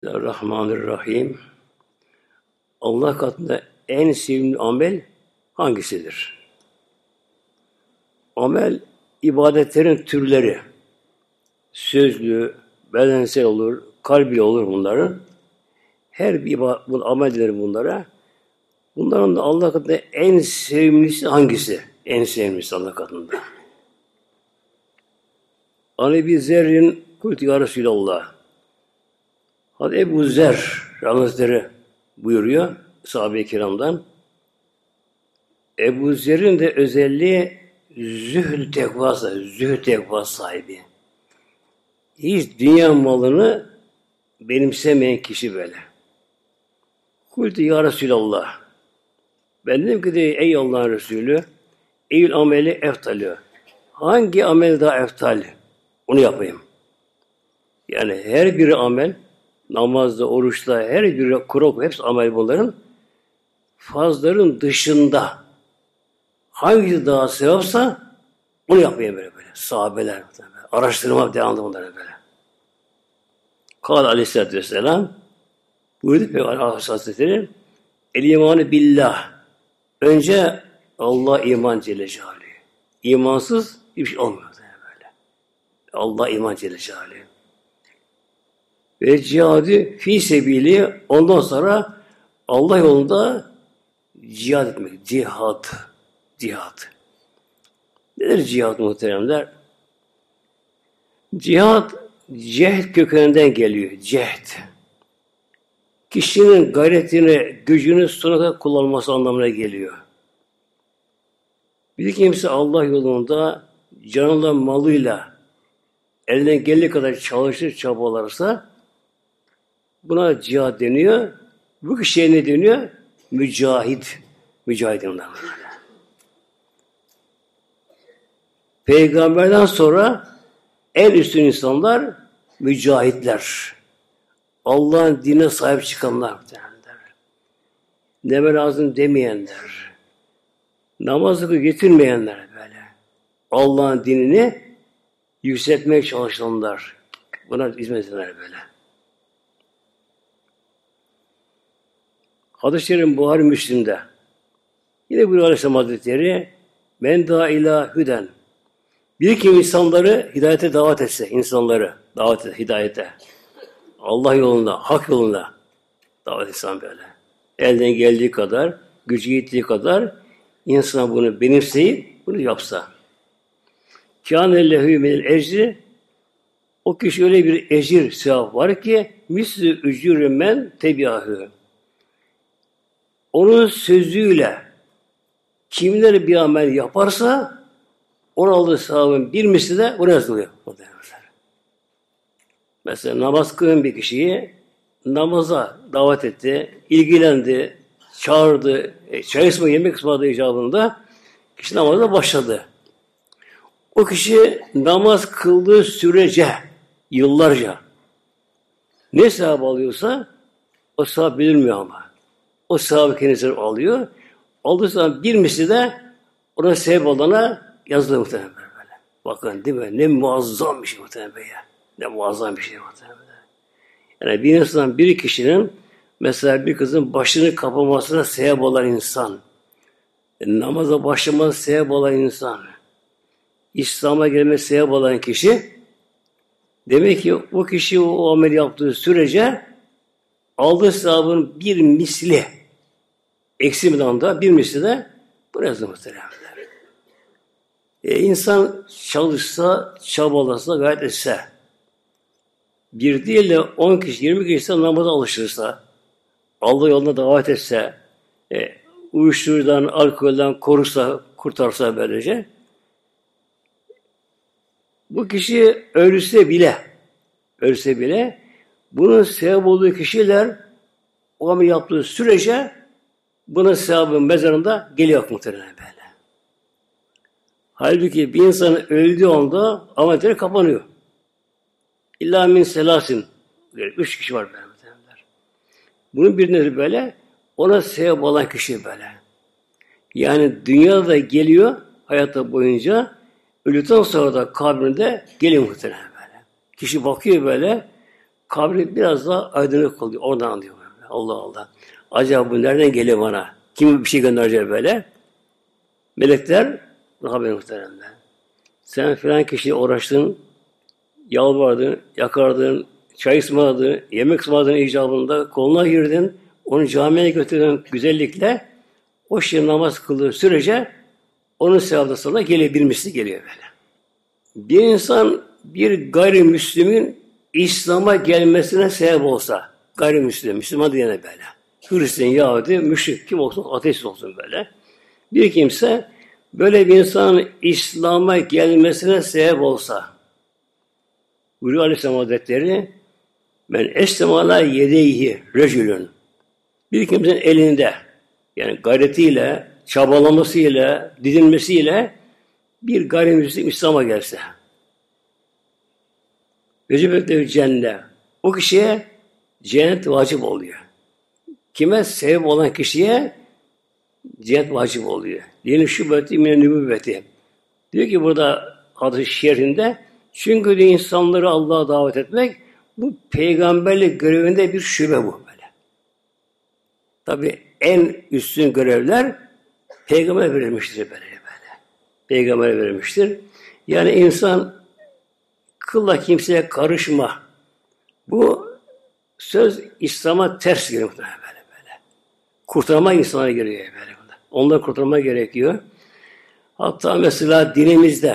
Bismillahirrahmanirrahim. Allah katında en sevimli amel hangisidir? Amel, ibadetlerin türleri. Sözlü, bedensel olur, kalbi olur bunların. Her bir bu amelleri bunlara. Bunların da Allah katında en sevimlisi hangisi? En sevimlisi Allah katında. Ebi Zerrin kultu ya Resulallah. Hadi Ebu Zer Hazretleri buyuruyor sahabe-i kiramdan. Ebu Zer'in de özelliği zühd tekva sahibi. Hiç dünya malını benimsemeyen kişi böyle. Kultu ya Resulallah. Ben dedim ki ey Allah'ın Resulü, eyyül ameli eftalü. Hangi amel daha eftal? Onu yapayım. Yani her bir amel, namazda, oruçta, her biri kurok, hepsi amel bunların. Fazların dışında hangisi daha sevapsa onu yapayım böyle. Sahabeler, araştırma devamlı bunlara böyle. Kâle aleyhissalatü vesselam buyurdu Peygamber Hazretleri el imanı billah. Önce Allah iman Celle Celaluhu. İmansız hiçbir şey olmuyor böyle. Allah iman Celle Celaluhu. Ve cihadı fi sebili, ondan sonra Allah yolunda cihad etmek. Cihad. Nedir cihad muhteremler? Cihad, cehd kökeninden geliyor. Cehd. Kişinin gayretini, gücünü sonuna kadar kullanması anlamına geliyor. Bir kimse Allah yolunda canıyla, malıyla elinden geldiği kadar çalışır, çabalarsa buna cihad deniyor. Bu kişiye ne deniyor? Mücahit. Mücahit onlar. Peygamberden sonra en üstün insanlar mücahitler. Allah'ın dinine sahip çıkanlar. Neme lazım demeyenler. Namazı getirmeyenler böyle. Allah'ın dinini yükseltmeye çalışanlar. Buna hizmet edenler böyle. Hadis-i Şerif Buhari Müslim'de. Yine buyuruyor Aleyhisselam Hazretleri men dâ ilâ hüden. Bir kim insanları hidayete davet etse, insanları davet etse, hidayete. Allah yolunda, hak yolunda davet etsen böyle. Elden geldiği kadar, gücü yettiği kadar insan bunu benimseyip bunu yapsa. Kâne lehü minel ecri, o kişi öyle bir ecir, sevap var ki mislü ücürü men tebiahü. Onun sözüyle kimler bir amel yaparsa onun aldığı sevabın bir misli de ona yazılıyor. Mesela namaz kılan bir kişiyi namaza davet etti, ilgilendi, çağırdı, çay ısmarladı, yemek ısmarladığı icabında kişi namaza başladı. O kişi namaz kıldığı sürece, yıllarca ne sevap alıyorsa o sevap bilinmiyor ama. O sevabı kendisi alıyor. Aldığı zaman bir misli de ona sebep olana yazılıyor muhtemelen böyle. Bakın değil mi? Ne muazzam bir şey muhtemelen ya. Ne muazzam bir şey muhtemelen. Yani bir insan, bir kişinin mesela bir kızın başını kapamasına sebep olan insan, namaza başlaması sebep olan insan, İslam'a gelmesi sebep olan kişi, demek ki o kişi o amel yaptığı sürece aldığı sevabın bir misli, eksilmeden de bir misli de burası muhtemelen. İnsan çalışsa, çabalasa, gayret etse, bir değil de 10 kişi, 20 kişi namaza alışırsa, Allah yoluna davet etse, uyuşturucudan, alkolden korursa, kurtarsa böylece, bu kişi ölse bile, bunun sebep olduğu kişiler o amel yaptığı sürece buna sevabın mezarında geliyor muhtemelen böyle. Halbuki bir insan öldüğü anda amelleri kapanıyor. İlla min selasin. 3 kişi var böyle. Bunun birine böyle ona sebep olan kişi böyle. Yani dünyada da geliyor hayatta boyunca, öldükten sonra da kabrinde geliyor muhtemelen böyle. Kişi bakıyor böyle, kabri biraz daha aydınlık oluyor. Oradan anlıyor. Allah Allah. Acaba bu nereden geliyor bana? Kim bir şey gönderecek böyle? Melekler daha benim muhteremler. Sen filan kişiye uğraştın, yalvardın, yakardın, çay ısmarladın, yemek ısmarladın icabında, koluna girdin, onu camiye götürdün güzellikle, o şey namaz kıldığı sürece onun sevabı sana gelebilmesi geliyor böyle. Bir insan bir gayrimüslimin İslam'a gelmesine sebep olsa, gayrimüslim, Müslüman diyene böyle, Hristiyan, Yahudi, müşrik kim olsun, ateist olsun böyle. Bir kimse böyle bir insanın İslam'a gelmesine sebep olsa, buyuruyor Aleyhisselam Hazretleri, men estemala yedeyhi rejülün, bir kimsenin elinde, yani gayretiyle, çabalamasıyla, didinmesiyle bir gayrimüslim İslam'a gelse, vecibetleri cennet, o kişiye cennet vacip oluyor. Kime sebep olan kişiye cennet vacip oluyor. Diyelim şüpheti mine nübüvveti. Diyor ki burada hadis-i şerifinde, çünkü diyor, insanları Allah'a davet etmek bu peygamberlik görevinde bir şube bu böyle. Tabi en üstün görevler peygamber verilmiştir böyle. Peygamber verilmiştir. Yani insan kılla kimseye karışma. Bu söz İslam'a ters giriyor böyle. Kurtarma insana giriyor böyle. Onları kurtarma gerekiyor. Hatta mesela dinimizde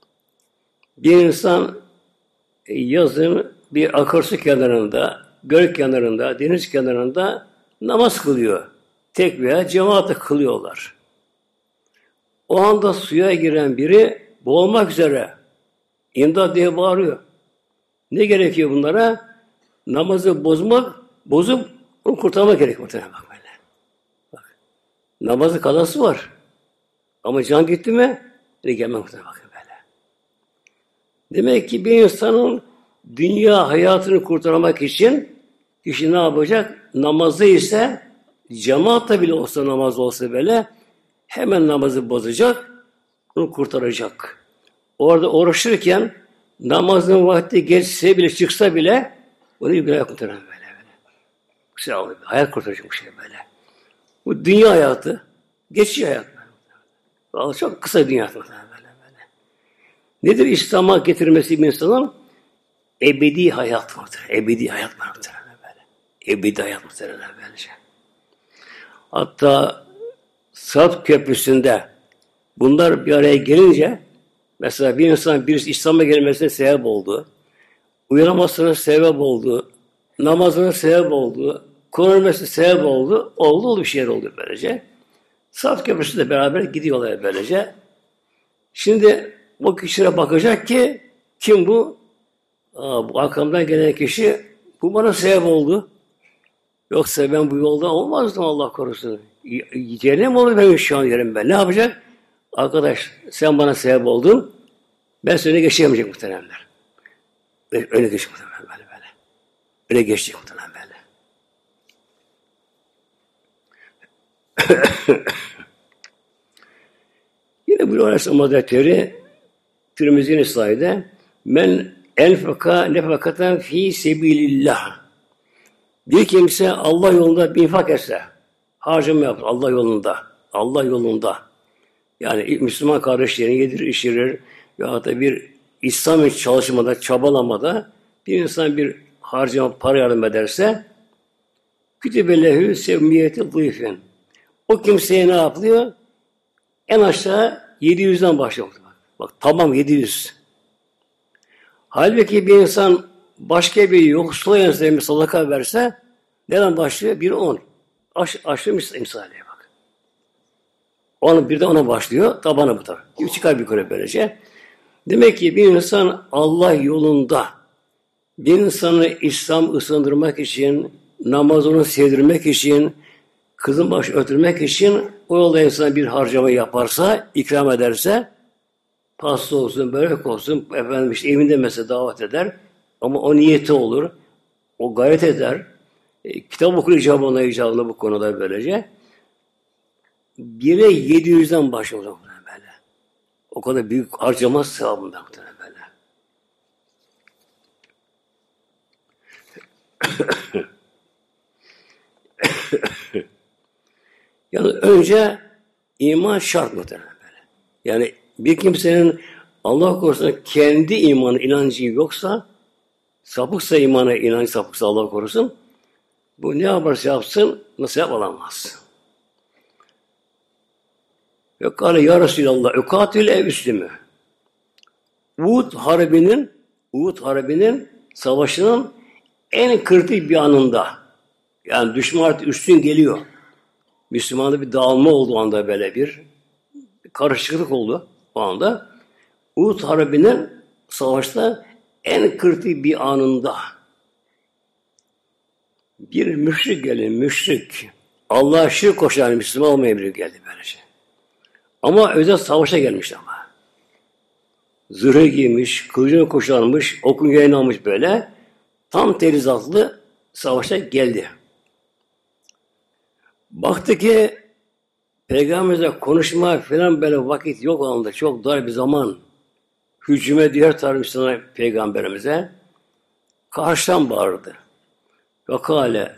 bir insan yazın bir akarsu kenarında, göl kenarında, deniz kenarında namaz kılıyor. Tek veya cemaatle kılıyorlar. O anda suya giren biri boğulmak üzere. İmdat diye bağırıyor. Ne gerekiyor bunlara? Namazı bozup onu kurtarmak gerekiyor. Bak böyle. Bak. Namazı kazası var. Ama can gitti mi? Gelmek bakın böyle. Demek ki bir insanın dünya hayatını kurtarmak için kişi ne yapacak? Namazı ise cemaatle bile olsa namaz olsa böyle hemen namazı bozacak, onu kurtaracak. Orada uğraşırken namazın vakti geçse bile çıksa bile onu günah kurtaran böyle. Bu şey oluyor. Hayat kurtaracak bir şey böyle. Bu dünya hayatı, geçici hayat. Vallahi çok kısa dünya hayatı böyle. Nedir İslam'a getirmesi bir insanın? Ebedi hayat vardır. Ebedi hayat vardır böyle. Ebedi hayat vardır böylece. Hatta Sırat Köprüsü'nde bunlar bir araya gelince mesela bir insan birisi İslam'a gelmesine sebep oldu. Uyanmasına sebep oldu. Namazına sebep oldu. Kur'an ölmesine sebep oldu. Oldu bir şeyler oldu böylece. Sırat Köprüsü'nde beraber gidiyorlar böylece. Şimdi bu kişilere bakacak ki kim bu? Bu arkamdan gelen kişi bu bana sebep oldu. Yoksa ben bu yolda olmazdım Allah korusun. Cehennem olur benim şu an yerim ben. Ne yapacak? Arkadaş sen bana sebep oldun. Ben seni geçemeyecek muhteremler. Öyle geçecek muhteremler böyle. Öyle geçecek muhteremler böyle. Yine bu Aleyhisselam Hazretleri Tirmizi'nin sahide men enfaka nefakaten fi sebilillah. Bir kimse Allah yolunda bir infak etse, harcama yapar Allah yolunda. Allah yolunda. Yani Müslüman kardeşlerini yedirir, içirir ya da bir İslam çalışmada, çabalamada bir insan bir harcama, para yardım ederse kütübelehü sevmiyeti zayıfen. O kimseye ne yapılıyor? En aşağı 700'den başlıyor. Bak tamam 700. Halbuki bir insan başka bir yoksula yönelik bir sadaka verse neden başlıyor? 1-10. Aşırı misaliye bak. Onu bir de ona başlıyor. Tabana bu taraf. Çıkar bir kere böylece. Demek ki bir insan Allah yolunda bir insanı İslam ısındırmak için, namazını sevdirmek için, kızın başı ötürmek için o yolda insan bir harcama yaparsa, ikram ederse, pasta olsun, börek olsun, efendim işte evinde mesela davet eder. Ama o niyeti olur. O gayret eder. Kitap okur icabına bu konuda böylece. 1'e 700'den başlıyor böyle. O kadar büyük harcama sevabından böyle. Yani önce iman şart muhtemelen böyle. Yani bir kimsenin Allah korusun kendi imanı, inancı yoksa, sapıksa imanı, inancı sapıksa Allah korusun, bu ne yaparsa yapsın, nasıl olamaz. Ve kâle ya Resulallah, ukatül ev üslümü. Uhud Harbi'nin savaşının en kritik bir anında, yani düşman artık üstün geliyor. Müslümanlarda bir dağılma oldu o anda, böyle bir karışıklık oldu o anda. Uhud Harbi'nin savaşta en kritik bir anında bir müşrik geldi, müşrik. Allah'a şirk koşan Müslüman olmayan biri geldi böylece. Ama özel savaşa gelmiş ama. Zırhı giymiş, kılıcını kuşanmış, okun yayını almış böyle. Tam terizatlı savaşa geldi. Baktı ki Peygamber'e konuşma falan böyle vakit yok o anda. Çok dar bir zaman. Hücum diğer tarih Müslüman Peygamberimize. Karşıdan bağırdı. Ve kâle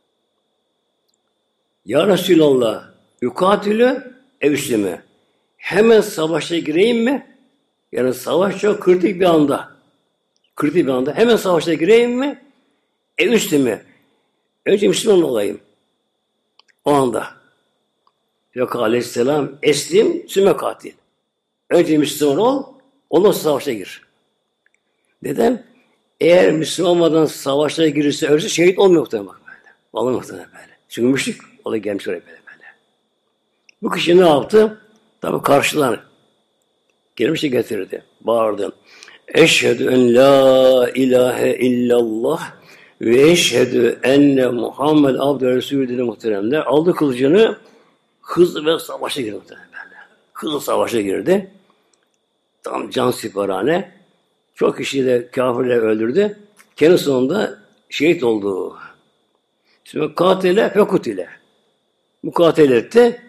ya Resulallah yukatilü evüslümü. Hemen savaşa gireyim mi? Yani savaş çok kritik bir anda. Kritik bir anda. Hemen savaşa gireyim mi? Evüslümü. Önce Müslüman olayım. O anda. Yok aleyhisselam eslim sümme katil. Önce Müslüman ol, ondan sonra savaşa gir. Neden? Eğer Müslüman olmadan savaşa girirse ölürse şehit olmuyor muhtemelen böyle. Vallahi muhtemelen böyle. Çünkü müşrik olay gelmiş oraya böyle. Bu kişi ne yaptı? Tabi karşıdan gelmişi getirdi. Bağırdı. Eşhedü en la ilahe illallah ve eşhedü enne Muhammed abdü Resulü dedi muhteremler. Aldı kılıcını hızlı ve savaşa girdi muhteremler. Hızlı savaşa girdi. Tam can siparhane. Çok kişiyi de kafirle öldürdü. Kendi sonunda şehit oldu. Şimdi katile fekutile. Bu katil etti.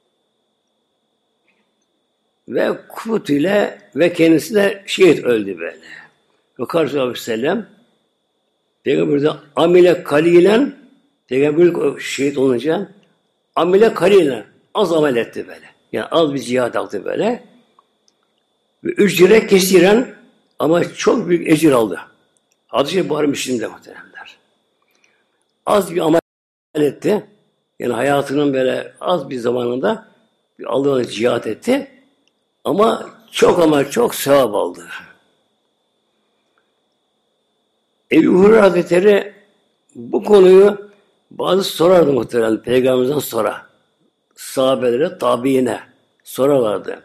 Ve kutile ve kendisi de şehit öldü böyle. Ve Karşı Aleyhisselam Peygamber de amile kalilen Peygamber şehit olunca amile kalilen az amel etti böyle. Yani az bir cihat yaptı böyle. Ve ücre kesiren ama çok büyük ecir aldı. Hadis-i Buhari Müslim'de muhteremler. Az bir amel etti. Yani hayatının böyle az bir zamanında Allah'ın cihat etti. Ama çok sevap aldı. Ebu Hureyre Hazretleri bu konuyu bazı sorardı muhtemelen Peygamberimizden sonra. Sahabelere, tabiine sorarlardı.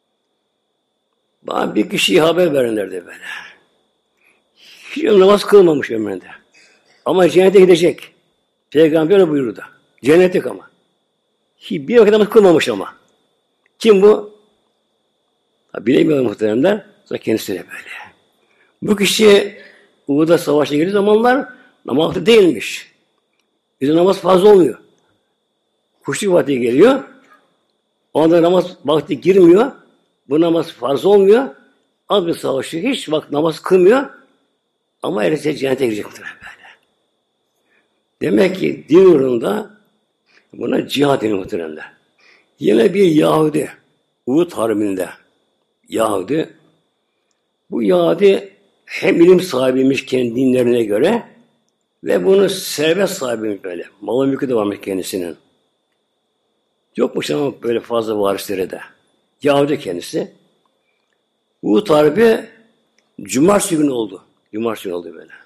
Bana bir kişiye haber verirlerdi böyle. Hiç namaz kılmamış ömründe. Ama cennete gidecek. Peygamber öyle buyurdu. Cennetlik ama. Bir vakit namaz kılmamış ama. Kim bu? Bilemiyorum muhteremler. Sonra kendisi de böyle. Bu kişi Uhud'a savaşa girdiği zamanlar namazlı değilmiş. Bizde namaz fazla olmuyor. Kuşluk vakti geliyor. O anda namaz vakti girmiyor. Bu namaz farz olmuyor. Az bir savaşı hiç namaz kılmıyor. Ama erişe cennete girecek muhtemelen böyle. Demek ki din uğrunda buna cihad deniyor muhteremler. Yine bir Yahudi Uhud Harbi'nde Yahudi. Bu Yahudi hem ilim sahibiymiş kendi dinlerine göre ve bunu servet sahibiymiş böyle. Malı mülkü de varmış kendisinin. Yokmuş ama böyle fazla varisleri de. Yahudi kendisi. Uhud Harbi Cumartesi günü oldu. Cumartesi günü oldu böyle.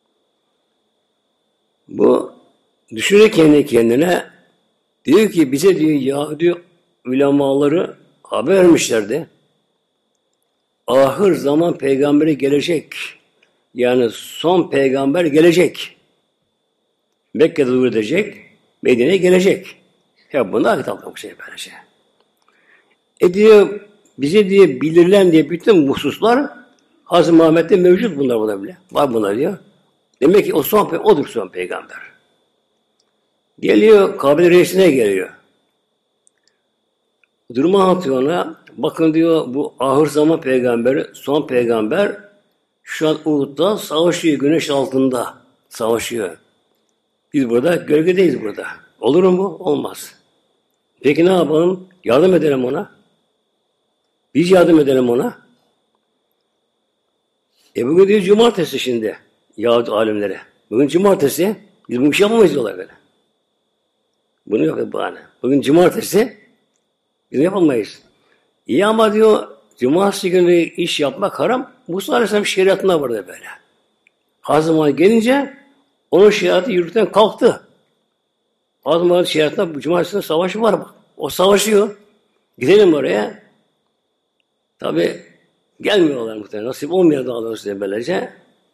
Bu düşünür kendi kendine diyor ki bize diyor Yahudi ulemaları haber vermişlerdi. Ahir zaman peygamberi gelecek. Yani son peygamber gelecek. Mekke'de zuhur edecek. Medine'ye gelecek. Ya bunlar kitapta bu şey böyle şey. Diyor bize diye bilirilen diye bütün hususlar Hazreti Muhammed'de mevcut bunlar buna bile. Var bunlar diyor. Demek ki odur son peygamber. Geliyor kabile reisine geliyor. Durumu anlatıyor ona. Bakın diyor bu ahir zaman peygamberi, son peygamber şu an Uhud'da savaşıyor güneş altında. savaşıyor. Biz burada gölgedeyiz burada. Olur mu bu? Olmaz. Peki ne yapalım? Yardım edelim ona. Biz yardım edelim ona. Bugün diyor cumartesi şimdi. Yahudi alimleri. Bugün cumartesi. Biz bu işi yapamayız diyorlar böyle. Bunu yok bahane. Bugün cumartesi. Biz yapamayız. İyi ama diyor cumartesi günü iş yapmak haram. Musa Aleyhisselam şeriatında vardı böyle. Hazım gelince onun şeriatı yürürken kalktı. Hazım şeriatında bu cumartesinde savaşı var bak. O savaşıyor. Gidelim oraya. Tabi gelmiyorlar muhtemelen. Nasip olmuyor daha doğrusu böylece.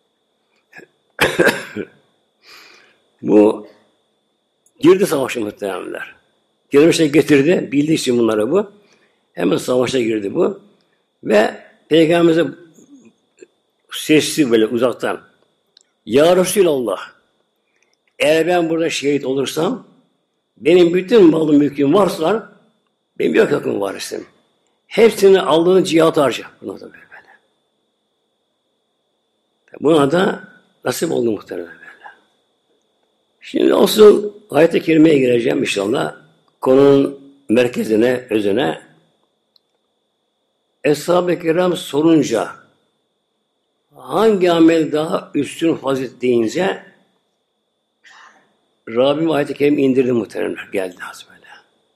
Bu girdi savaşa muhtemelenler. Girmişe getirdi. Bildiği için bunları bu. Hemen savaşa girdi bu. Ve Peygamberimize sesli böyle uzaktan Ya Resulallah eğer ben burada şehit olursam benim bütün malım mülküm varsa benim yok hakkım var isim. Hepsini aldığın cihat harca. Buna da böyle. Buna da nasip oldu muhtemelen böyle. Şimdi olsun ayet-i kerimeye gireceğim inşallah. Konunun merkezine, özüne. Eshab-ı kiram sorunca hangi amel daha üstün fazilet deyince Rabbim ayet-i kerim indirdi muhtemelen. Geldi az böyle.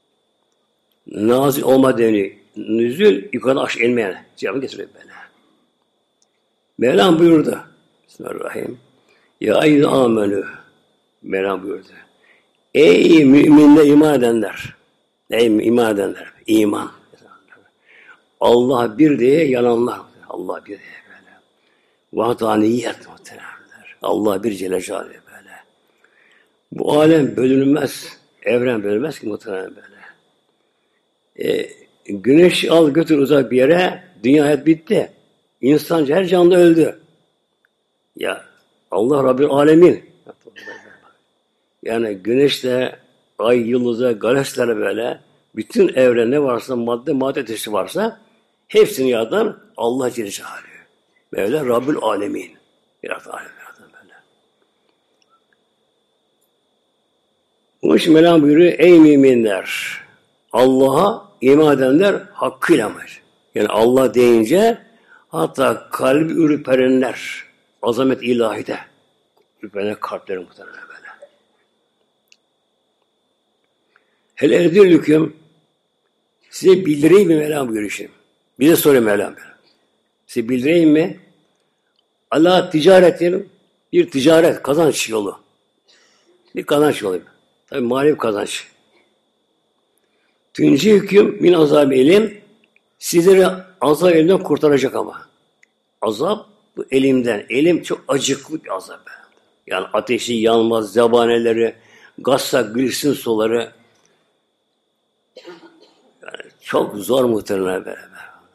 Nazil olmadığını nüzül yukarıdan aşağı inmeyen cevabı getiriyor böyle. Mevlam buyurdu. Bismillahirrahmanirrahim. Ya eyyühel amenü. Mevlam buyurdu. Ey müminler iman edenler. Ey iman edenler. İman. Allah bir diye yananlar. Allah bir diye böyle. Vahdaniyet muhtemelenler. Allah bir Celle Celaluhu böyle. Bu alem bölünmez. Evren bölünmez ki muhtemelen böyle. Güneş al götür uzak bir yere. Dünya hayat bitti. İnsan her canlı öldü. Ya Allah Rabbül Alemin. Yani güneşte, ay, yıldızı, galaksilerle böyle bütün evren ne varsa madde ötesi varsa hepsini yaratan Allah Celle Celaluhu. Böyle Rabbül Alemin. Yaratan böyle. Bunun için Mevlam buyuruyor ey müminler Allah'a iman edenler hakkıyla mı? Yani Allah deyince hatta kalbi ürperenler azamet ilahide ürperenler kalpleri muhtemelen böyle. Hele erdirlüküm size bildireyim mi Mevlam buyuruyor şimdi. Bize soruyor Mevlam. Size bildireyim mi? Allah ticaretin bir ticaret kazanç yolu. Bir kazanç yolu. Tabii manevi kazanç. Tünci hüküm min azab elim sizleri azap elimden kurtaracak ama. Azap bu elimden. Elim çok acıklı bir azap. Yani ateşi yanmaz, zabaneleri, gazsa gülsün suları. Yani çok zor muhtemelen beraber.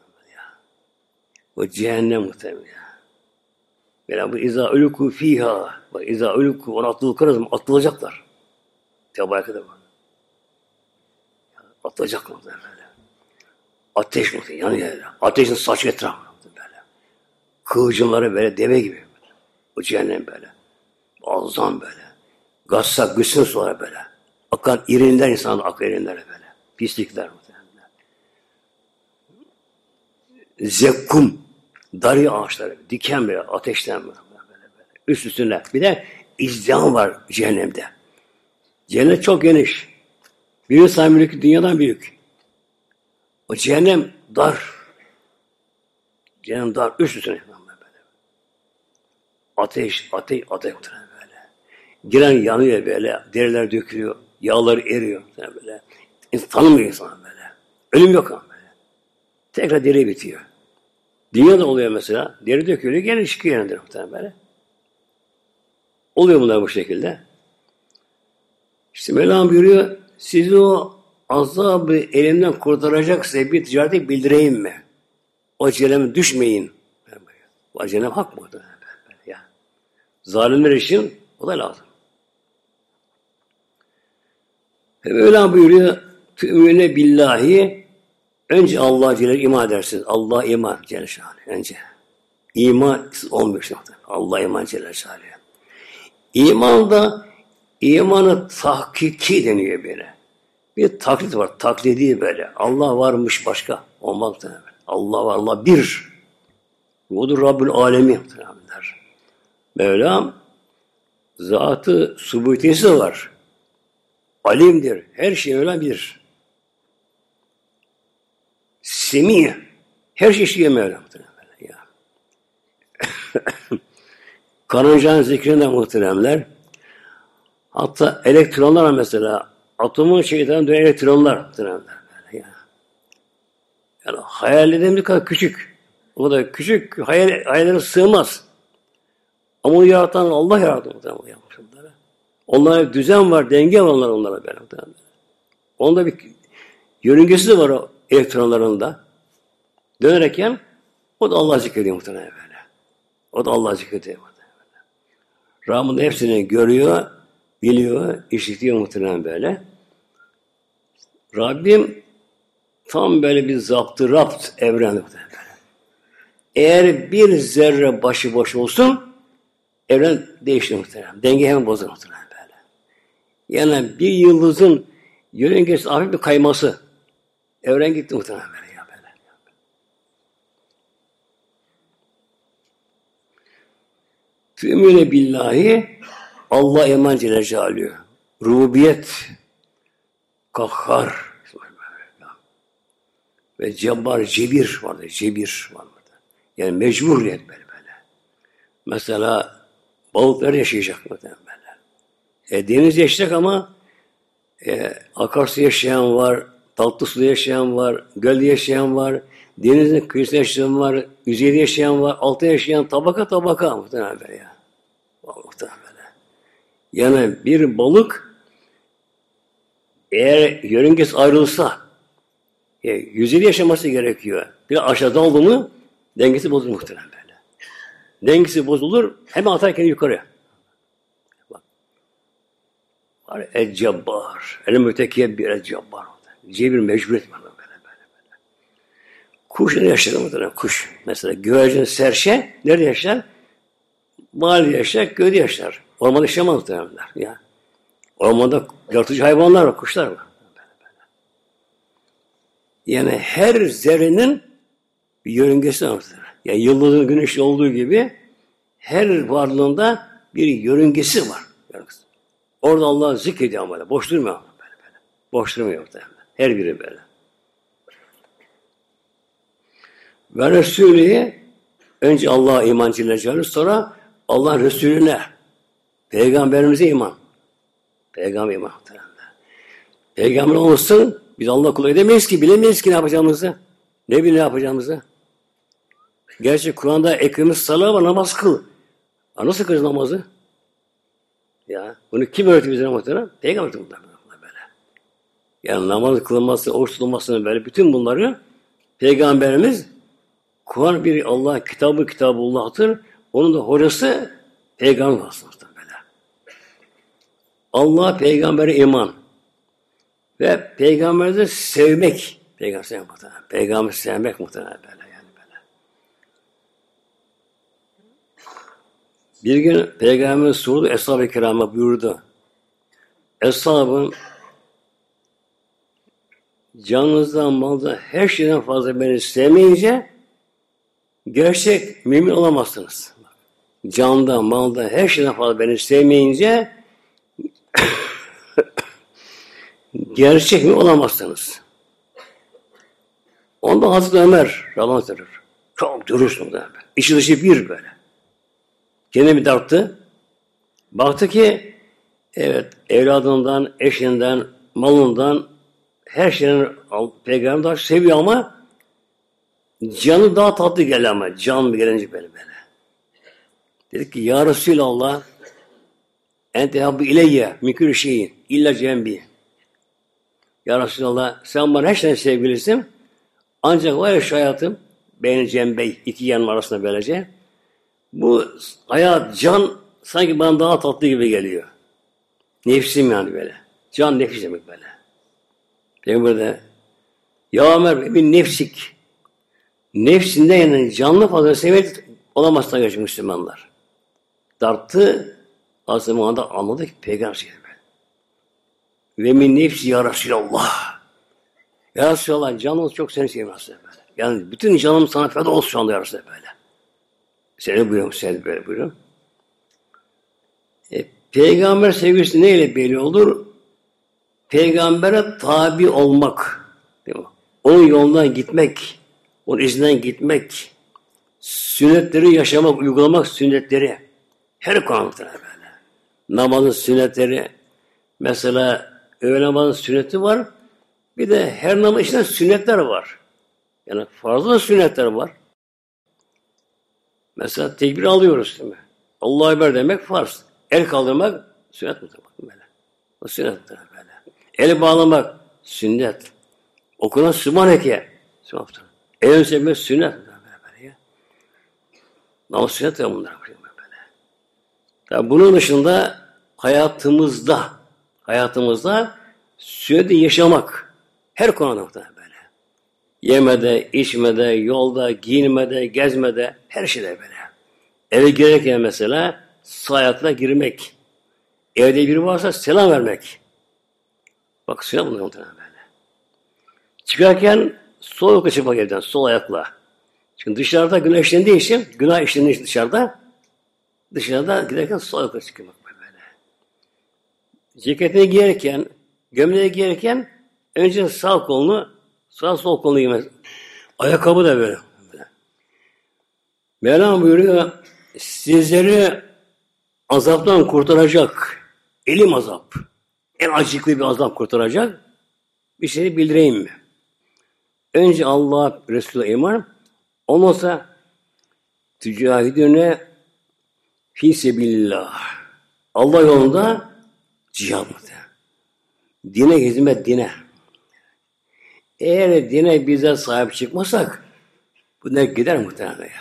O cehennem muhtemelen. Yani bu izâ ulukû fîhâ. Bak izâ ulukû ona atıldıkları zaman atılacaklar. Tevbe kadar var. Atılacaklar böyle. Ateş muhtemelen yanıyor. Ateşin saç etrafı böyle. Kıvılcımları böyle deve gibi. O cehennem böyle. Azam böyle. Gazsak gülsün sulara böyle. Akan irinler insanın aklı irinler böyle. Pislikler muhtemelen. Zekkum. Darı ağaçları. Diken böyle. Ateşten böyle. Üst üstüne. Bir de izdiham var cehennemde. Cennet çok geniş. Bir insan mülkü dünyadan büyük. O cehennem dar. Cehennem dar. Üst üstüne. Ateş böyle. Giren yanıyor böyle. Deriler dökülüyor. Yağları eriyor. Böyle. Tanımıyor insan böyle. Ölüm yok ama böyle. Tekrar deri bitiyor. Dünyada oluyor mesela. Deri dökülüyor. Gene çıkıyor yanındır muhtemelen böyle. Oluyor bunlar bu şekilde. İşte Mevlam buyuruyor. Sizi o azabı elimden kurtaracak size bir ticareti bildireyim mi? O aceleme düşmeyin. O acelem hak mı? Ya. Zalimler için o da lazım. Mevlam buyuruyor. Tü'mine billahi önce Allah'a Celle iman edersiniz. Allah'a iman Celle Şanlı. Önce. İman olmuyor işte. Allah'a iman Celle Şanlı. İman da imanı tahkiki deniyor böyle. Bir taklit var, taklidi böyle. Allah varmış başka. Olmaz da. Allah var, Allah bir. Odur Rabbül Alemin. Mevlam zatı subutiyesi var. Alimdir. Her şeyi öyle bilir. Semih. Her şey işliyor Mevlam. Karıncanın zikrinde muhteremler. Hatta elektronlar mesela atomun şeytan dönen elektronlar muhteremler. Yani hayal edildiğimiz kadar küçük. O da küçük, hayallere sığmaz. Ama onu yaratan Allah yarattı muhtemelen. Onlara düzen var, denge var onlara böyle. Onda bir yörüngesi de var o elektronlarında. Dönerken o da Allah zikrediyor muhtemelen böyle. O da Allah zikrediyor muhtemelen. Rahman hepsini görüyor, biliyor, işitiyor muhtemelen böyle. Rabbim tam böyle bir zaptı rapt evrende muhtemelen böyle. Eğer bir zerre başıboş olsun, evren değişir muhtemelen. Denge hemen bozulur muhtemelen böyle. Yani bir yıldızın yörüngesi hafif bir kayması. Evren gitti muhtemelen böyle. Tümüne billahi Allah eman Celle Celaluhu. Rububiyet, kahhar ve cebbar, cebir vardır. Cebir var burada. Yani mecburiyet böyle. Mesela balıklar yaşayacak böyle. Deniz yaşayacak ama akarsu yaşayan var, tatlı suda yaşayan var, gölde yaşayan var, denizin kıyısında yaşayan var, yüzeyde yaşayan var, altta yaşayan tabaka muhtemelen böyle ya. Muhtemelen böyle. Yani bir balık eğer yörüngesi ayrılsa yüzeyde yaşaması gerekiyor. Bir aşağıda oldu mu dengesi bozulur muhtemelen böyle. Dengesi bozulur hemen atarken yukarıya. Bak. Var el-cebbar. El-mütekebbir el-cebbar. Cebir mecburiyet var böyle. Kuş ne yaşar muhtemelen? Kuş. Mesela güvercin serçe nerede yaşar? Mahallede yaşar, köyde yaşar. Ormanda yaşamaz muhtemelen. Ya. Ormanda yaratıcı hayvanlar var, kuşlar var. Yani her zerrenin bir yörüngesi var. Yani yıldızın güneşli olduğu gibi her varlığında bir yörüngesi var. Orada Allah zikrediyor ama böyle. Boş durmuyor. Böyle. Boş durmuyor muhtemelen. Her biri böyle. Ve Resulü'ye önce Allah'a iman Celle Celaluhu, sonra Allah Resulüne, Peygamberimize iman. Peygamber iman. Peygamber olmasın biz Allah kulu edemeyiz ki, bilemeyiz ki ne yapacağımızı. Ne bileyim ne yapacağımızı. Gerçi Kur'an'da ekimiz salat var, namaz kıl. Nasıl kılacağız namazı? Ya bunu kim öğretti bize muhtemelen? Peygamber öğretti böyle. Yani namaz kılınması, oruç tutulmasını böyle bütün bunları Peygamberimiz Kur'an bir Allah Kitabullah'tır. Onun da hocası Peygamber aslında böyle. Allah Peygamber'e iman ve Peygamber'i sevmek. Peygamber sevmek muhtemelen böyle. Bir gün Peygamberimiz sordu, Eshab-ı Kiram'a buyurdu. Eshabım, canınızdan, maldan, her şeyden fazla beni sevmeyince gerçek mümin olamazsınız. Candan, maldan, her şeyden fazla beni sevmeyince gerçek mümin olamazsınız. Ondan Hazreti Ömer radıyallahu anh çok dürüst oldu. İçi dışı bir böyle. Kendini bir darttı. Baktı ki evet evladından, eşinden, malından her şeyden Peygamber daha seviyor ama canı daha tatlı geldi ama can gelince böyle. Dedi ki ya Resulallah ente habbu ileyye mikür şeyin illa cembi. Ya Resulallah sen bana her şeyden sevgilisin ancak var ya şu hayatım beyni cembey iki yanım arasında böylece bu hayat, can sanki bana daha tatlı gibi geliyor. Nefsim yani böyle. Can nefis demek böyle. Peygamber de ya Ömer bir nefsik. Nefsinden yani canlı fazla sevmek olamazsa gerçek Müslümanlar. Darttı, Aslında o anda anladı ki Peygamber söyledi. Ve min nefsi ya Resulallah. Ya Resulallah canımız çok seni seviyor aslında böyle. Yani bütün canım sana feda olsun şu anda ya Resulallah böyle. Seni buyuruyorum, seni böyle buyuruyorum. Peygamber sevgisi neyle belli olur? Peygambere tabi olmak. Değil mi? Onun yolundan gitmek, onun izinden gitmek, sünnetleri yaşamak, uygulamak sünnetleri. Her konuda böyle. Namazın sünnetleri, mesela öğle namazın sünneti var, bir de her namaz içinde sünnetler var. Yani fazla sünnetler var. Mesela tekbir alıyoruz değil mi? Allahu Ekber demek farz. El kaldırmak sünnet mi? Böyle. O sünnet böyle. El bağlamak sünnet. Okunan Sübhaneke. El öncemek sünnet. Böyle. Namaz sünnet ya bunlar. Böyle. Yani bunun dışında hayatımızda sünneti yaşamak. Her konuda böyle. Yemede, içmede, yolda, giyinmede, gezmede, her şeyde böyle. Eve girerken mesela sağ ayakla girmek. Evde biri varsa selam vermek. Bak sünnet bunlar muhtemelen böyle. Çıkarken sol ayakla çıkmak evden, sol ayakla. Çünkü dışarıda günah işlendiği için, günah işlendiği için dışarıda giderken sol ayakla çıkmak böyle. Ceketini giyerken, gömleği giyerken önce sağ kolunu, sol kolunu giymez. Ayakkabı da böyle. Mevlam buyuruyor, sizleri azaptan kurtaracak, elim azap, en acıklı bir azap kurtaracak bir şeyi bildireyim mi? Önce Allah Resulü iman, ondan sonra tücahidüne fî sebilillah. Allah yolunda cihad mı? Dine hizmet, dine. Eğer dine bize sahip çıkmasak bunlar gider muhtemelen ya.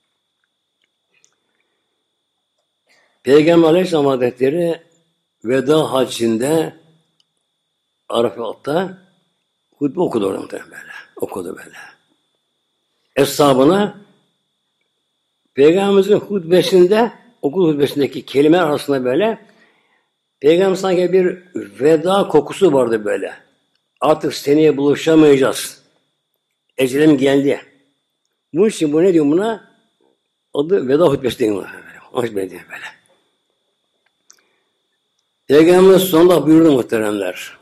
Peygamber Aleyhisselam Hazretleri veda haccinde Arafat'ta hutbe okudu orada muhtemelen böyle. Okudu böyle. Eshabına Peygamberimizin okul hutbesindeki kelimeler arasında böyle Peygamber sanki bir veda kokusu vardı böyle. Artık seneye buluşamayacağız. Ecelim geldi. Bunun için bu ne diyor buna? Adı veda hutbesi diyor. Onun için böyle. Peygamber sonunda buyurdu muhteremler.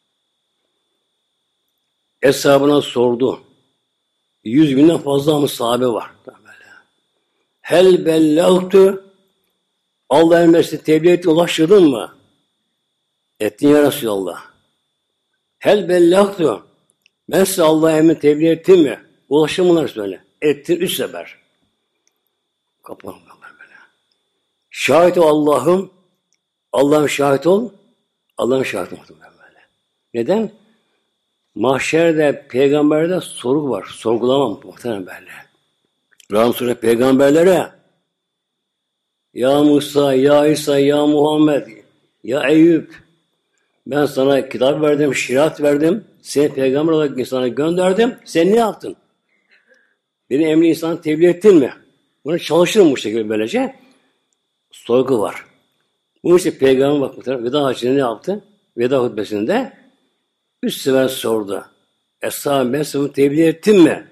Eshabına sordu. 100.000'den fazla mı sahabe var? Böyle. Hel bellagtu Allah emresi tebliğ etti, ulaştırdın mı? Ettin ya Resulallah. Hel bellagtu ben size Allah'a emri tebliğ ettim mi? Ulaştım bunlar söyle. Ettin 3 sefer. Kapanma böyle. Şahit ol Allah'ım şahit ol. Allah'ım şahit ol. Böyle. Neden? Mahşerde peygamberde sorgu var. Sorgulamam muhtemelen böyle. Ram Suresi peygamberlere ya Musa, ya İsa, ya Muhammed, ya Eyüp ben sana kitap verdim, şeriat verdim. Seni peygamber olarak insana gönderdim. Sen ne yaptın? Beni emri insana tebliğ ettin mi? Bunu çalışırım bu şekilde böylece. Sorgu var. Bunun için peygamber bakmışlar. Veda hacını ne yaptı? Veda hutbesinde 3 sefer sordu. Eshab-ı ben sana tebliğ ettin mi?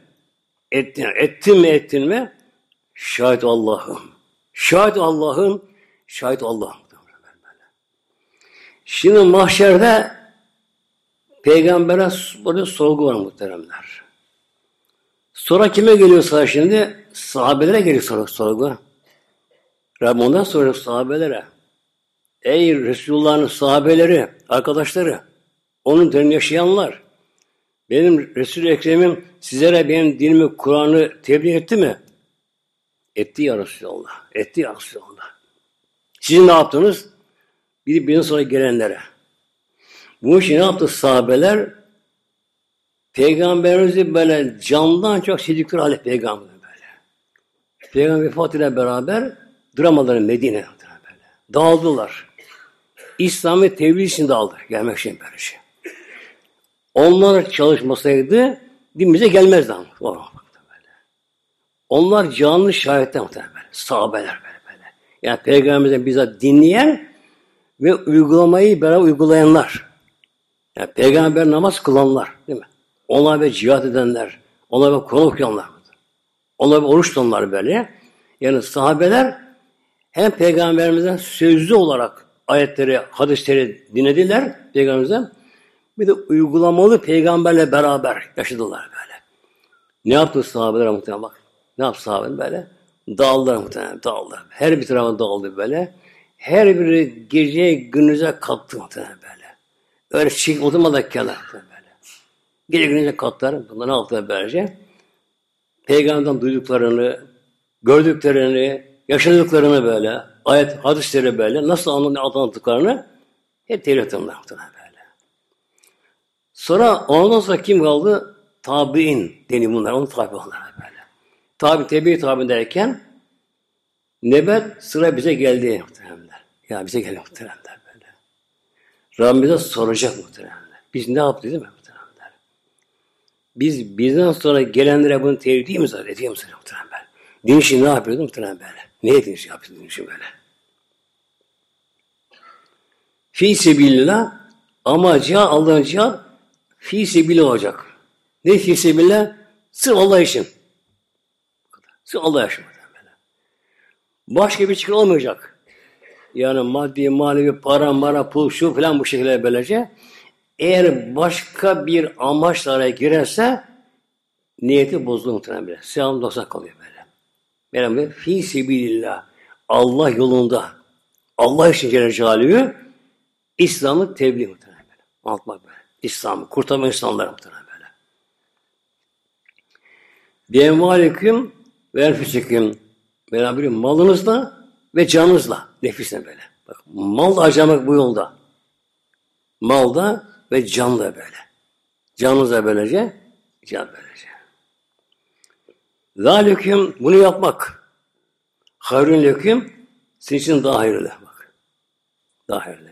Ettin mi? Şahit Allah'ım. Şahit Allah'ım. Şahit Allah'ım. Şimdi mahşerde peygambere burada sorgu var muhteremler. Sonra kime geliyor sıra şimdi? Sahabelere geliyor sorgu. Rabbim ondan sonra sahabelere. Ey Resulullah'ın sahabeleri, arkadaşları, onun üzerine yaşayanlar, benim Resul-i Ekrem'im sizlere benim dinimi, Kur'an'ı tebliğ etti mi? Etti ya Resulallah. Etti ya Resulallah. Siz ne yaptınız? Birinin sonra gelenlere. Bu işi ne yaptı sahabeler? Peygamberimizi böyle candan çok sevdikleri hale peygamber böyle. Peygamber vefat ile beraber dramaları Medine'ye böyle. Dağıldılar. İslam'ı tebliğ için dağıldı. Gelmek için böyle şey. Onlar çalışmasaydı dinimize gelmezdi ama. Onlar canlı şahitler muhtemelen böyle. Sahabeler böyle. Yani Peygamberimizden bizzat dinleyen ve uygulamayı beraber uygulayanlar. Yani Peygamber namaz kılanlar, değil mi? Onlar ve cihat edenler, onlar ve Kur'an okuyanlar. Onlar ve oruç tutanlar böyle. Yani sahabeler hem Peygamberimizden sözlü olarak ayetleri, hadisleri dinlediler Peygamberimizden. Bir de uygulamalı Peygamberle beraber yaşadılar böyle. Ne yaptı sahabeler muhtemelen bak. Ne yaptı sahabeler böyle? Dağıldılar muhtemelen, dağıldılar. Her bir tarafa dağıldı böyle. Her biri geceye gündüze kalktı muhtemelen böyle. Öyle çiğ oturmadan kenar böyle. Gece gündüze kalktılar. Bunlar ne yaptılar böylece? Peygamberden duyduklarını, gördüklerini, yaşadıklarını böyle, ayet, hadisleri böyle, nasıl anlattıklarını hep telif ettiler böyle. Sonra ondan sonra kim kaldı? Tabi'in deniyor bunlar, onu tabi onlara böyle. Tabi derken nebet sıra bize geldi muhtemelenler. Ya bize geldi muhtemelenler böyle. Rabbimize soracak muhtemelenler. Biz ne yaptık değil mi muhtemelenler? Bizden sonra gelenlere bunu tevhid değil mi zaten? Ediyor musun muhtemelenler? Din işi ne yapıyordu muhtemelen böyle? Ne din işi yapıyordu din işi böyle? Fî sebilillah ama cihat, Allah'ın cihat fî sebilillah olacak. Ne fî sebilillah? Sırf Allah için. Sırf Allah için. Böyle. Başka bir çıkar olmayacak. Yani maddi, manevi, para, pul, şu falan bu şekilde böylece. Eğer başka bir amaçla araya girerse niyeti bozulur muhtemelen bile. Selam 90 kalıyor böyle. Böyle fî sebilillah. Allah yolunda. Allah için Celle Celaluhu İslam'ı tebliğ muhtemelen böyle. Anlatmak böyle. İslam'ı, kurtarma insanları muhtemelen böyle. Bienvaliküm ve enfüsiküm. Beraber malınızla ve canınızla. Nefisle böyle. Bak, mal harcamak bu yolda. Malda ve canla böyle. Canınızla böylece, can böylece. Zâliküm bunu yapmak. Hayrün leküm sizin için daha hayırlı. Bak. Daha hayırlı.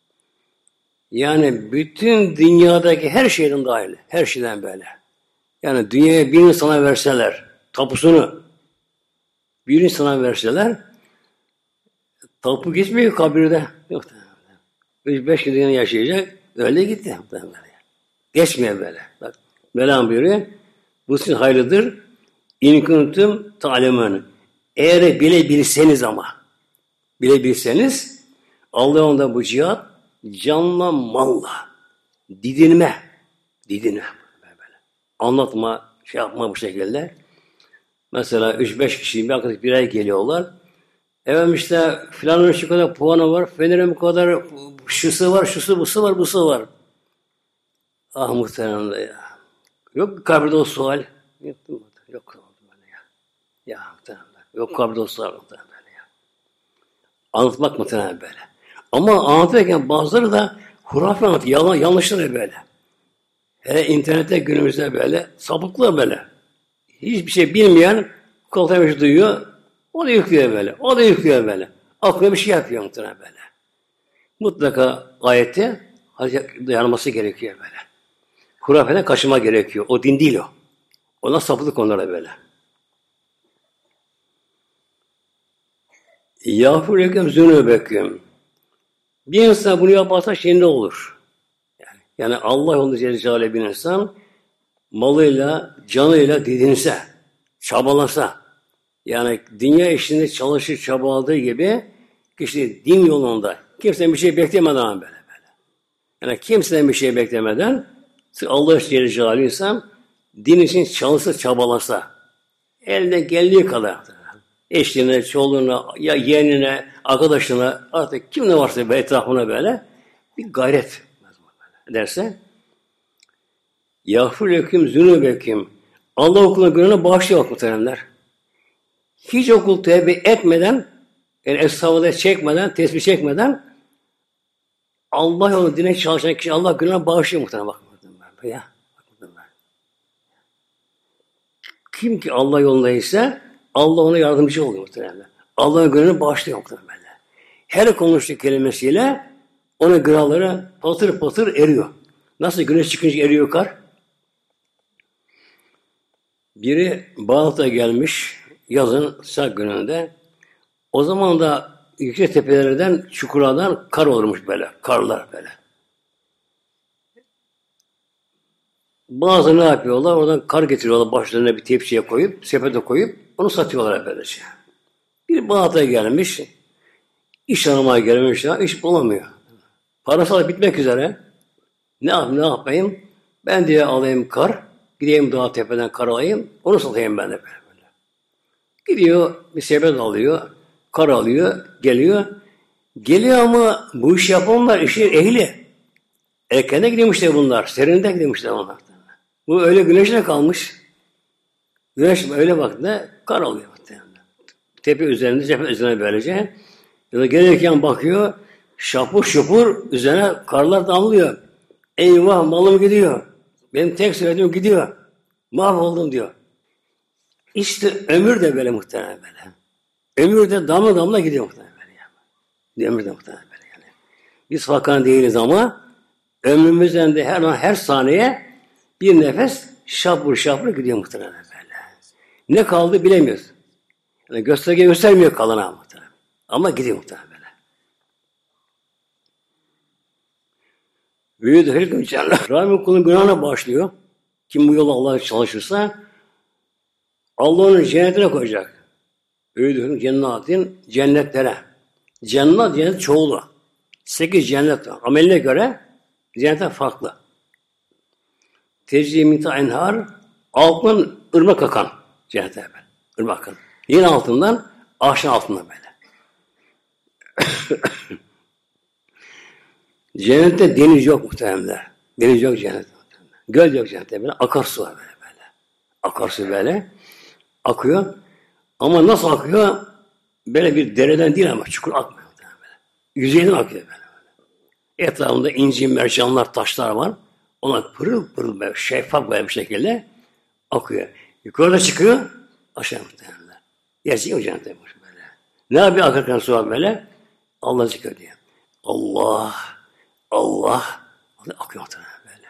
Yani bütün dünyadaki her şeyden daha hayırlı. Her şeyden böyle. Yani dünyaya bir insana verseler, tapusunu bir insana verseler, tapu geçmiyor kabirde. Yok. 3-5 gün yaşayacak, öyle gitti. Geçmiyor böyle. Bak, Mevlam buyuruyor, bu sizin hayırlıdır. İn kuntum ta'lemun. Eğer bilebilseniz ama, bilebilseniz, Allah onda bu cihat, canla malla, didinme. Böyle. Anlatma, şey yapma bu şekilde. Mesela 3-5 kişi bir arkadaş bir ay geliyorlar. Efendim işte filanın şu kadar puanı var, Fener'in bu kadar şusu var, busu var. Ah muhtemelen de ya. Yok kabirde o sual. Yok böyle ya. Ya muhtemelen. Yok kabirde o sual muhtemelen böyle ya. Anlatmak muhtemelen böyle. Ama anlatırken bazıları da hurafe anlatıyor. Yanlışları böyle. Hele internette günümüzde böyle sapıklar böyle. Hiçbir şey bilmeyen koltuğa duyuyor. O da yüklüyor böyle. O da yüklüyor böyle. Aklına bir şey yapıyor muhtemelen böyle. Mutlaka ayette dayanması gerekiyor böyle. Hurafeden kaçınma gerekiyor. O din değil o. Ona sapıklık onlara böyle. Yâfûleküm zünûbeküm. Bir insan bunu yaparsa şey ne olur? Yani Allah yolunda Celle Celaluhu bir insan malıyla, canıyla didinse, çabalasa, yani dünya işinde çalışır, çabaladığı gibi kişi din yolunda kimsenin bir şey beklemeden böyle. Yani kimsenin bir şey beklemeden Allah Celle Celaluhu insan din için çalışsa, çabalasa, eline geldiği kadar eşliğine, çoluğuna, ya yeğenine, arkadaşına, artık kim ne varsa etrafına böyle bir gayret derse yâfûleküm zünûbeküm. Allah okuluna günahına bağışlıyor muhteremler. Hiç okul tevbe etmeden, yani es-savada çekmeden, tesbih çekmeden Allah yolunda dine çalışan kişi Allah günahına bağışlıyor muhterem. Bak ya. Kim ki Allah yolundaysa Allah ona yardımcı oluyor muhteremler. Allah'ın günahını bağışlıyor muhteremler. Her konuştuğu kelimesiyle onun günahları patır patır eriyor. Nasıl güneş çıkınca eriyor kar? Biri Bağdat'a gelmiş yazın sıcak gününde. O zaman da yüksek tepelerden, çukurlardan kar olurmuş böyle. Karlar böyle. Bazı ne yapıyorlar? Oradan kar getiriyorlar başlarına bir tepsiye koyup, sepete koyup onu satıyorlar böylece. Bir Bağdat'a gelmiş, iş aramaya gelmiş ya, iş bulamıyor. Parası bitmek üzere. Ne yapayım? Ben diye alayım kar, gideyim dağa tepeden kar alayım, onu satayım ben de böyle. Gidiyor, bir sepet alıyor, kar alıyor, geliyor. Geliyor ama bu iş yapanlar işin ehli. Erkene gidemişler bunlar, serinde gidemişler onlar. Bu öyle güneşine kalmış. Güneş öyle vaktinde kar alıyor. Tepe üzerinde, cephe üzerine böylece. Ya da gelirken bakıyor, şapur şupur üzerine karlar damlıyor. Eyvah malım gidiyor. Benim tek söylediğim gidiyor. Mahvoldum diyor. İşte ömür de böyle muhtemelen böyle. Ömür de damla damla gidiyor muhtemelen böyle. Yani. Ömür de muhtemelen böyle yani. Biz fakan değiliz ama ömrümüzden de her an her saniye bir nefes şapur şapur gidiyor muhtemelen böyle. Ne kaldı bilemiyoruz. Yani gösterge göstermiyor kalana muhtemelen. Ama gidiyor muhtemelen böyle. Büyüdü her gün cennet. Rahim kulun günahına başlıyor. Kim bu yola Allah'a çalışırsa Allah onu cennetine koyacak. Büyüdü cennetin cennetlere. Cennet çoğulu. 8 cennet var. Ameline göre cennetten farklı. Tecri minta enhar altından ırmak akan cennete böyle. Irmak akan. Yerin altından ağaçın altından böyle. Cennette deniz yok muhtemelenler. Deniz yok cennette. Göl yok cennette böyle. Akarsu var böyle. Akarsu böyle. Akıyor. Ama nasıl akıyor? Böyle bir dereden değil ama çukur akmıyor. Böyle. Yüzeyden akıyor böyle. Etrafında inci, mercanlar, taşlar var. Onlar pırıl pırıl böyle şeffaf böyle bir şekilde akıyor. Yukarıda çıkıyor. Aşağı muhtemelen. Gerçi o cennette böyle. Ne yapıyor akarken su var böyle? Allah çıkıyor diye. Allah akıyor böyle.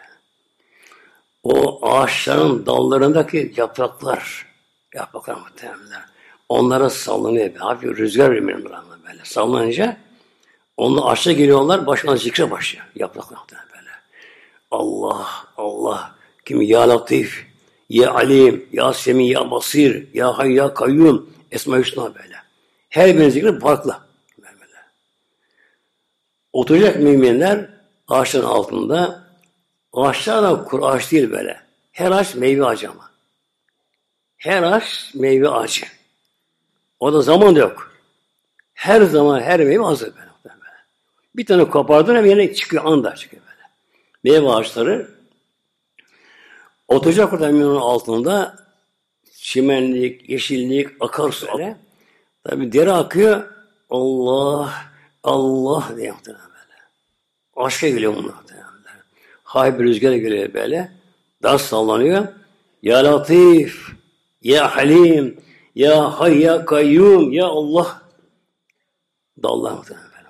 O ağaçların dallarındaki yapraklar muhtemelen. Onlara sallanıyor. Hafif rüzgar veriyor böyle. Sallanınca onlar aşağı geliyorlar, başına zikre başlıyor. Yapraklar böyle. Allah. Kim ya Latif, ya Alim, ya Semi, ya Basir, ya Hay, ya Kayyum. Esma-i Hüsna böyle. Her birinin zikri farklı. Böyle. Oturacak müminler ağaçların altında. Ağaçlar da kuru ağaç değil böyle. Her ağaç meyve ağacı ama. Her ağaç meyve ağacı. O da zaman da yok. Her zaman her meyve hazır böyle. Bir tane kopardın hem yine çıkıyor, anda çıkıyor böyle. Meyve ağaçları oturacak orada müminlerin altında çimenlik, yeşillik, akarsu öyle. Tabi deri akıyor. Allah diye muhtemelen böyle. Aşka geliyor bunlar muhtemelen. Hay bir rüzgar geliyor böyle. Daha sallanıyor. Ya Latif, Ya Halim, Ya Hay, Ya Kayyum, Ya Allah. Dallar muhtemelen böyle.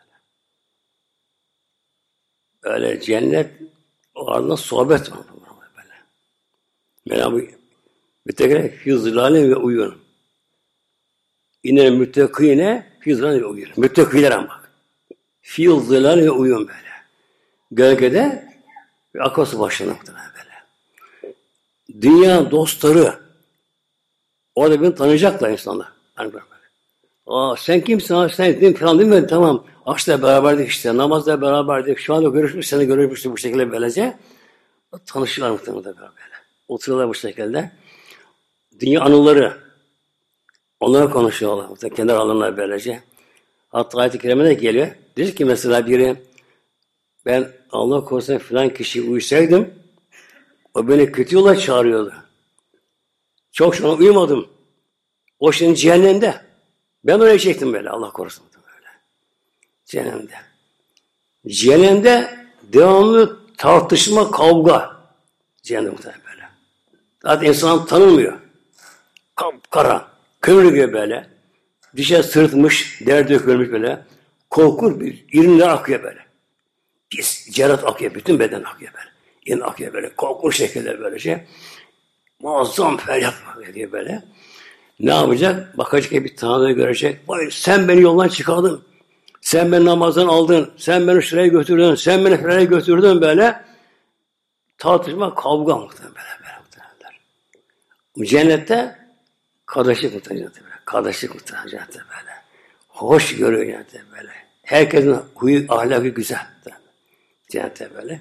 Öyle cennet o ardından sohbet var. Böyle. Mevlam bir tekrar fî-zilâlin ve uyun. İnne müttekîne fî-zilâlin ve uyun. Müttekiler ama. Fî-zilâlin ve uyun böyle. Gölgede ve akarsu başlanır böyle. Dünya dostları orada beni tanıyacaklar insanlar. Yani böyle. Sen kimsin? Sen değil falan değil mi? Tamam. Açla beraberdik işte. Namazla beraberdik. Şu anda görüşmüş. Seni görüşmüştük bu şekilde böylece. Tanışıyorlar muhtemelen böyle. Oturuyorlar bu şekilde. Dünya anıları. Onlara konuşuyorlar. Muhtemelen kendi aralarında böylece. Hatta ayet-i kerimede geliyor. Diyor ki mesela biri ben Allah korusun filan kişiye uysaydım o beni kötü yola çağırıyordu. Çok şuna uyumadım. O şimdi cehennemde. Ben öyle çektim böyle Allah korusun. Böyle. Cehennemde. Cehennemde devamlı tartışma, kavga. Cehennemde muhtemelen böyle. Zaten insan tanımıyor. Kara, kömür gibi böyle. Dişe sırtmış, der dökülmüş böyle. Korkunç bir irinler akıyor böyle. Pis, cerat akıyor, bütün beden akıyor böyle. İrin akıyor böyle, korkunç şekilde böylece. Muazzam feryat diye böyle. Ne yapacak? Bakacak bir Tanrı'yı görecek. Vay sen beni yoldan çıkardın. Sen beni namazdan aldın. Sen beni şuraya götürdün. Sen beni şuraya götürdün böyle. Tartışma, kavga muhtemelen böyle muhtemelenler. Cennette kardeşlik muhtemelen böyle. Kardeşlik muhtemelen cennette böyle. Hoş görüyor cennette böyle. Herkesin huyu, ahlakı güzel. Cennette böyle.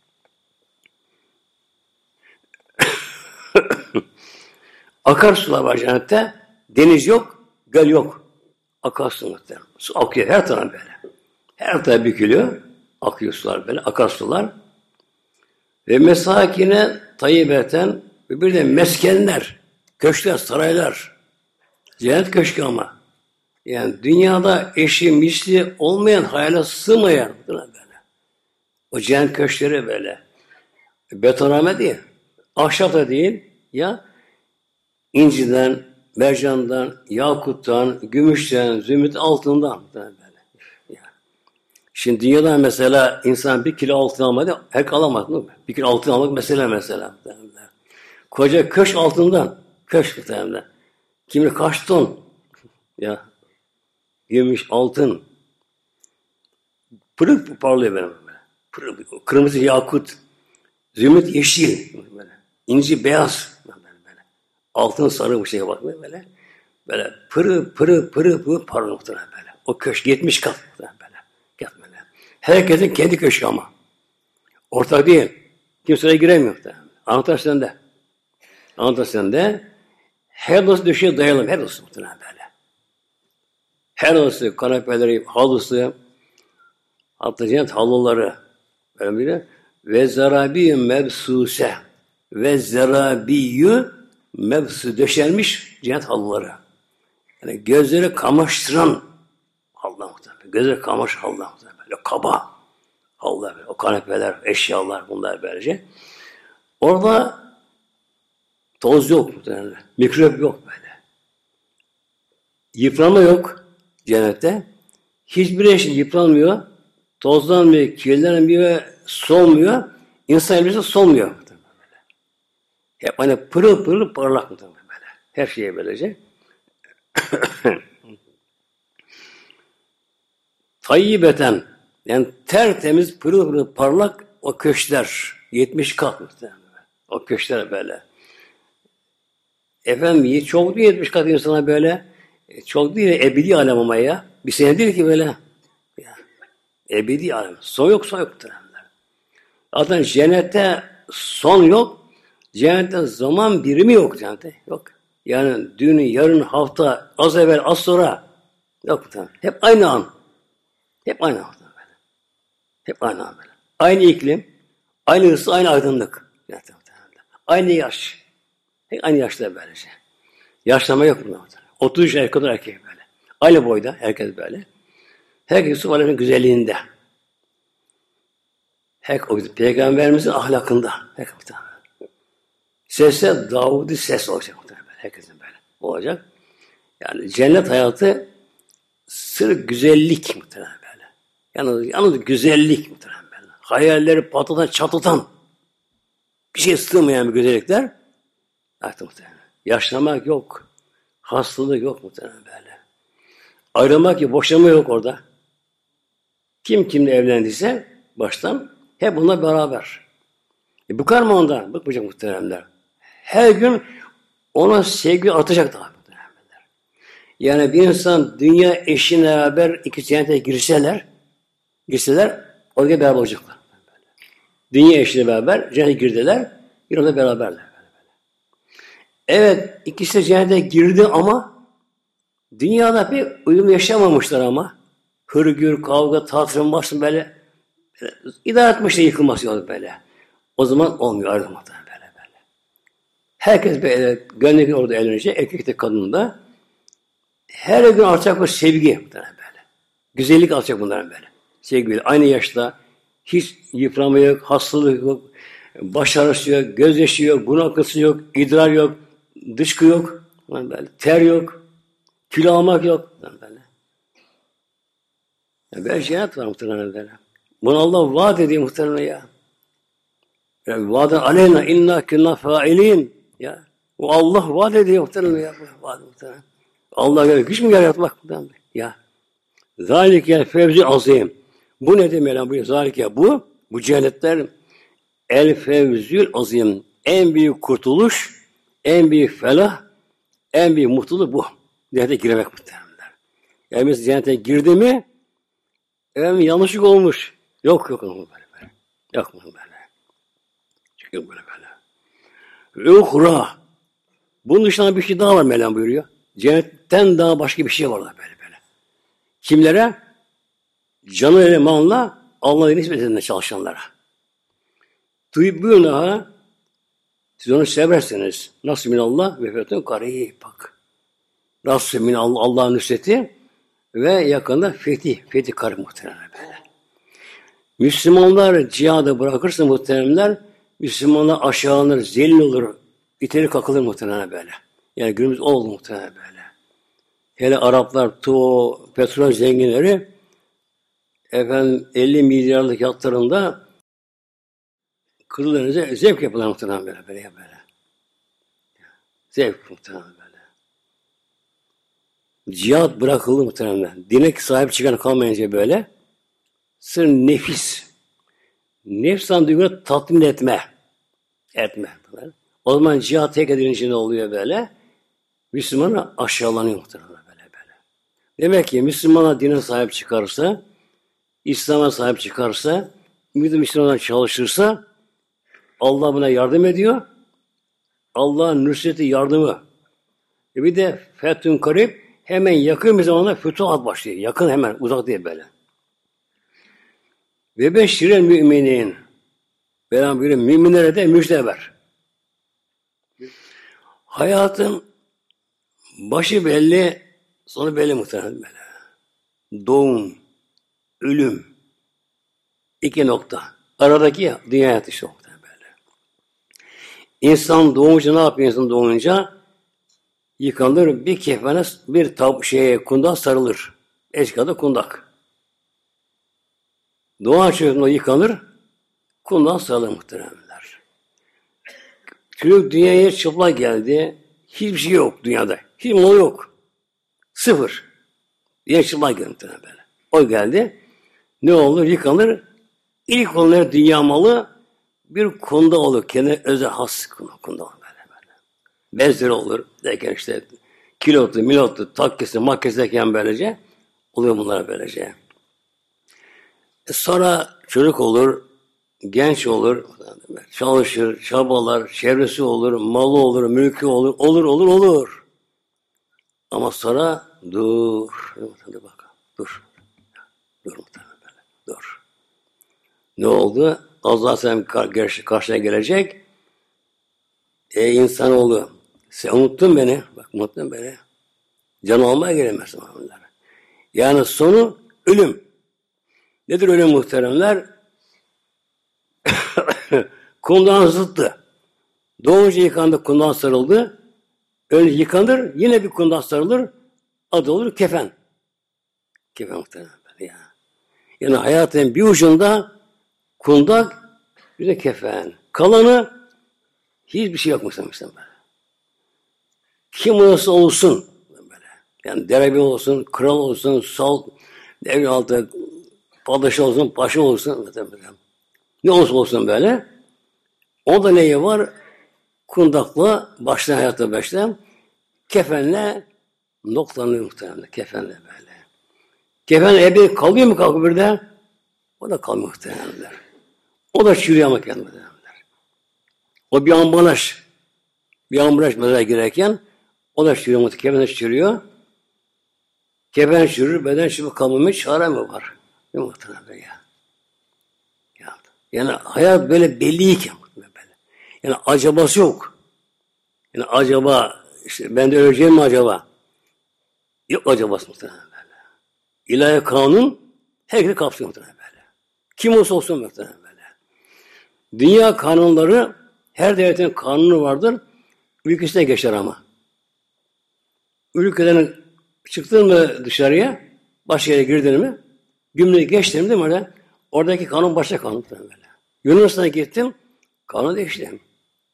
Akarsular var cennette. Deniz yok, göl yok. Akarsu muhtemelen. Su akıyor her taraf böyle. Her taraf bükülüyor. Akıyor sular böyle, akarsular. Ve mesakine tayyibeten ve bir de meskenler, köşkler, saraylar. Cennet köşkü ama. Yani dünyada eşi, misli olmayan, hayale sığmayan böyle. O cennet köşkleri böyle. Betonarme değil. Ahşap da değil. Ya inciden, mercandan, yakuttan, gümüşten, zümrüt altından böyle. Ya. Şimdi dünyada mesela insan 1 kilo altın almadı, her alamaz değil mi? 1 kilo altın almak mesela. Koca köşk altından, köşk muhtemelen. Kimi kaç ton? Ya, gümüş, altın. Pırıl parlıyor benim böyle. Pırıl, kırmızı yakut, zümrüt yeşil, böyle. İnci beyaz, böyle. Altın sarı bir şeye bak böyle. Böyle pırıl parlıyor muhtemelen böyle. O köşk 70 kat muhtemelen böyle. Böyle. Herkesin kendi köşkü ama. Ortak değil. Kimseye giremiyor muhtemelen. Anahtar sende. Anahtar sende. Her odası döşeye dayalı. Her odası muhtemelen böyle. Her odası, kanepeleri, halısı, hatta cennet halıları böyle bile. Ve zarabiyyü mebsuse. Ve zarabiyyü mebsu döşenmiş cennet halıları. Yani gözleri kamaştıran halılar muhtemelen. Gözleri kamaştıran halılar muhtemelen. Böyle kaba halılar. O kanepeler, eşyalar bunlar böylece. Orada toz yok muhtemelen. Mikrop yok böyle. Yıpranma yok cennette. Hiçbir eşin yıpranmıyor. Tozlanmıyor, kirlenmiyor, solmuyor. İnsan elbise solmuyor. Hep hani pırıl parlak muhtemelen böyle. Her şeye böylece. Tayyibeten yani tertemiz pırıl parlak o köşkler. 70 kat muhtemelen. O köşkler böyle. Efendim çok değil 70 kat insana böyle. Çok değil ebedi alem ama ya. Bir sene değil ki böyle. Ya. Ebedi alem. Son yok muhtemelen. Zaten cennette son yok. Cennette zaman birimi yok cennette. Yok. Yani dün, yarın, hafta, az evvel, az sonra yok muhtemelen. Hep aynı an. Hep aynı an böyle. Hep aynı an böyle. Aynı iklim, aynı ısı, aynı aydınlık. Aynı yaş. Hep aynı yaşta böylece. Yaşlama yok bunda. 33 yaşına kadar erkek böyle. Aynı boyda herkes böyle. Herkes Yusuf Aleyhisselam'ın güzelliğinde. Peygamberimizin ahlakında. Sesle Davudi ses olacak. Herkesin böyle olacak. Yani cennet hayatı sırf güzellik muhtemelen böyle. Yalnız güzellik muhtemelen böyle. Hayalleri patlatan, çatlatan bir şey sığmayan bir güzellikler artık muhtemelen. Yaşlamak yok. Hastalık yok muhtemelen böyle. Ayrılmak yok, boşanma yok orada. Kim kimle evlendiyse baştan hep bununla beraber. Bıkar mı ondan? Bıkmayacak muhteremler. Her gün ona sevgi artacak daha muhteremler. Yani bir insan dünya eşine beraber iki cennete girseler oraya beraber olacaklar. Dünya eşiyle beraber cennete girdiler, bir orada beraberler. Evet, ikisi de cennete girdi ama dünyada bir uyum yaşamamışlar ama hırgür, kavga, tartışma böyle idare etmişler yıkılması yolu böyle. O zaman olmuyor ayrılmadan böyle. Herkes böyle gönlü orada evlenecek, erkek de kadın da. Her gün artacak bir sevgi böyle. Güzellik artacak bunların böyle. Sevgi aynı yaşta hiç yıpranma yok, hastalık yok, baş ağrısı yok, gözyaşı yok, burun akıntısı yok, idrar yok, dışkı yok, böyle, ter yok, kilo almak yok. Böyle. Böyle cennet var muhtemelen böyle. Bunu Allah vaat ediyor muhtemelen ya. Yani vaaden aleyna inna künna failin. Ya. O Allah vaat ediyor muhtemelen ya. Vaat muhtemelen. Allah göre güç mü yaratmak muhtemelen? Ya. Zalike fevzi azim. Bu ne demek lan bu? Zalike bu. Bu cennetler el fevzül azim. En büyük kurtuluş, en büyük felah, en büyük mutluluk bu. Cennete girmek muhtemelen. Yani biz cennete girdi mi yanlışlık olmuş. Yok böyle. Yok böyle. Çıkıyor böyle. Uhra. Bunun dışında bir şey daha var Mevlam buyuruyor. Cennetten daha başka bir şey var böyle. Kimlere? Canı ile malla Allah'ın hizmet edenine çalışanlara. Tuhibbûnâhâ siz onu seversiniz. Nasıl minallah ve fetun karîb bak. Nasıl minallah Allah'ın nüsreti ve yakında fethi karı muhtemelen böyle. Müslümanlar cihadı bırakırsa muhteremler, Müslümanlar aşağılanır, zelil olur, iteri kakılır muhtemelen böyle. Yani günümüz oldu muhtemelen böyle. Hele Araplar, petrol zenginleri 50 milyarlık yatlarında Kızıldeniz'e zevk yapılan muhtemelen böyle. Zevk muhtemelen böyle. Cihat bırakıldı muhtemelen. Dine sahip çıkan kalmayınca böyle. Sırf nefis. Nefsan duygunu tatmin etme. O zaman cihat tek edilince ne oluyor böyle? Müslümanlar aşağılanıyor muhtemelen böyle. Demek ki Müslümana dine sahip çıkarsa, İslam'a sahip çıkarsa, Müslümanlar çalışırsa, Allah buna yardım ediyor. Allah'ın nusreti yardımı. Bir de fethün karib hemen yakın bir zamanda fütuhat başlıyor. Yakın hemen, uzak değil böyle. Ve beşşirel müminin. Beyler buyuruyor, müminlere de müjde ver. Hayatın başı belli, sonu belli muhtemelen böyle. Doğum, ölüm, 2 nokta. Aradaki dünya hayatı işte muhtemelen böyle. İnsan doğunca ne yapıyor insan doğunca? Yıkanır, bir kefene, kundağa sarılır. Eski kundak. Doğan çocukluğunda yıkanır, kundağa sarılır muhtemelenler. Çocuk dünyaya çıplak geldi, hiçbir şey yok dünyada. Hiç malı yok. Sıfır. Dünyaya çıplak geldi muhtemelen böyle. O geldi, ne olur? Yıkanır, ilk onlara dünya malı bir kunda olur. Kendine özel has kunda olur böyle. Bezleri olur. Derken işte kilotlu, takkesi, makkesi derken böylece oluyor bunlar böylece. Sonra çocuk olur, genç olur, çalışır, çabalar, çevresi olur, malı olur, mülkü olur, olur. Ama sonra dur muhtemelen böyle, dur. Ne oldu? Allah sen karşına gelecek. Ey insanoğlu, sen unuttun beni. Bak unuttun beni. Can almaya gelemezsin. Yani sonu ölüm. Nedir ölüm muhteremler? Kundağın zıttı. Doğunca yıkandı, kundağın sarıldı. Önce yıkanır, yine bir kundağın sarılır. Adı olur kefen. Kefen muhteremler ya. Yani hayatın bir ucunda kundak, bir de kefen. Kalanı hiçbir şey yok muhtemelen. Kim olursa olsun böyle. Yani derebi olsun, kral olsun, devlet altı padişah olsun, paşa olsun. Ne olursa olsun böyle. O da neyi var? Kundakla başlayan hayatta başlayan kefenle noktalanıyor muhtemelen. Kefenle böyle. Kefen ebedi kalıyor mu kalkıp bir de? O da kalmıyor muhtemelen. O da çürüyor ama kendine. O bir ambalaj. Bir ambalaj mezara girerken o da çürüyor muhtemelen. Kefen de çürüyor. Kefen çürür, beden çürür, kalmamı çare mi var? Değil mi muhtemelen ya? Yani hayat böyle belliyken böyle. Yani acabası yok. Yani acaba işte ben de öleceğim mi acaba? Yok acabası muhtemelen böyle. İlahi kanun herkese kapsıyor muhtemelen böyle. Kim olsa olsun muhtemelen böyle. Dünya kanunları her devletin kanunu vardır. Ülkesine geçer ama. Ülkeden çıktın mı dışarıya, başka yere girdin mi, gümrüğü geçtin mi değil mi orada? Oradaki kanun başka kanun böyle. Yunanistan'a gittim, kanun değişti.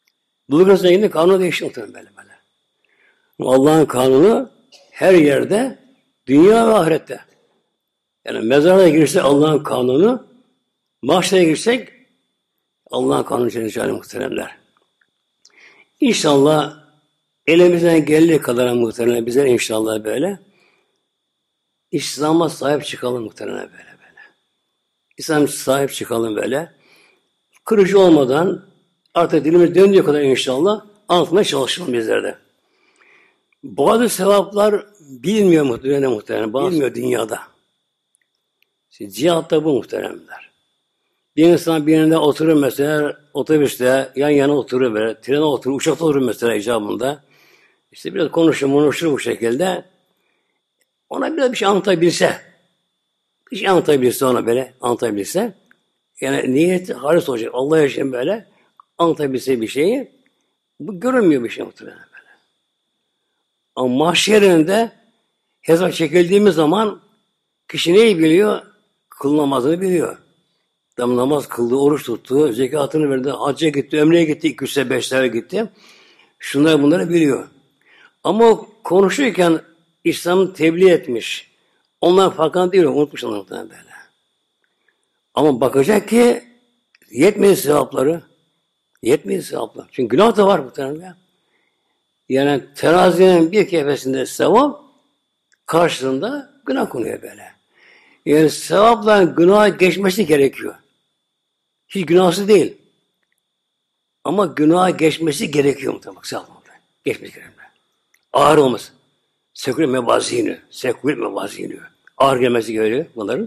Bulgar zenginliğinde kanunu değişti muhtemelen böyle böyle. Allah'ın kanunu her yerde, dünya ve ahirette. Yani mezara girsek Allah'ın kanunu, mahşere girsek Allah'ın kanunu Celle muhteremler. İnşallah elimizden geldiği kadar muhteremler bize inşallah böyle İslam'a sahip çıkalım muhteremler böyle böyle. İslam'a sahip çıkalım böyle. Kırıcı olmadan artık dilimiz döndüğü kadar inşallah anlatmaya çalışalım bizler de. Bazı sevaplar bilmiyor muhteremler. Bilmiyor dünyada. İşte cihatta bu muhteremler. Bir insan bir yerinde oturur mesela otobüste yan yana oturur böyle, trene oturur, uçakta oturur mesela icabında. İşte biraz konuşur bu şekilde. Ona biraz bir şey anlatabilse, ona böyle anlatabilse, yani niyeti halis olacak, Allah için böyle anlatabilse bir şeyi, bu görünmüyor bir şey muhtemelen böyle. Ama mahşerinde hesap çekildiğimiz zaman kişi neyi biliyor? Kıl namazını biliyor. Tam namaz kıldı, oruç tuttu, zekatını verdi, hacca gitti, ömreye gitti, 2 sene 5 sene gitti. Bunları biliyor. Ama konuşurken İslam'ı tebliğ etmiş. Onlar farkında değil, unutmuş onlardan böyle. Ama bakacak ki yetmedi sevapları. Çünkü günah da var muhtemelen. Yani terazinin bir kefesinde sevap, karşılığında günah konuyor böyle. Yani sevapla günaha geçmesi gerekiyor. Hiç günahsız değil. Ama günaha geçmesi gerekiyor muhtemelen. Sevapla geçmesi gerekiyor. Ağır olması. Sekül mevazini. Ağır gelmesi gerekiyor bunların.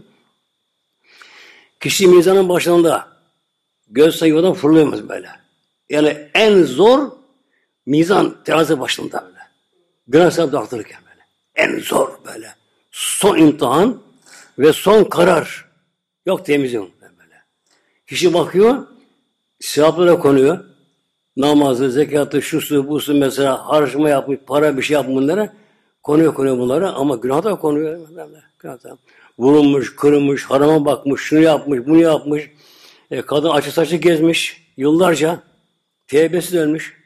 Kişi mizanın başında göz sayıdan fırlayamaz böyle. Yani en zor mizan terazi başında böyle. Günah sevap dağıtırken böyle. En zor böyle. Son imtihan ve son karar. Yok temizliğim böyle. Kişi bakıyor, sevaplara konuyor. Namazı, zekatı, şusu, busu mesela harcama yapmış, para bir şey yapmış bunlara. Konuyor bunlara ama günah da konuyor. Günah da. Vurulmuş, kırılmış, harama bakmış, şunu yapmış, bunu yapmış. Kadın açı saçı gezmiş yıllarca. Tevbesiz ölmüş.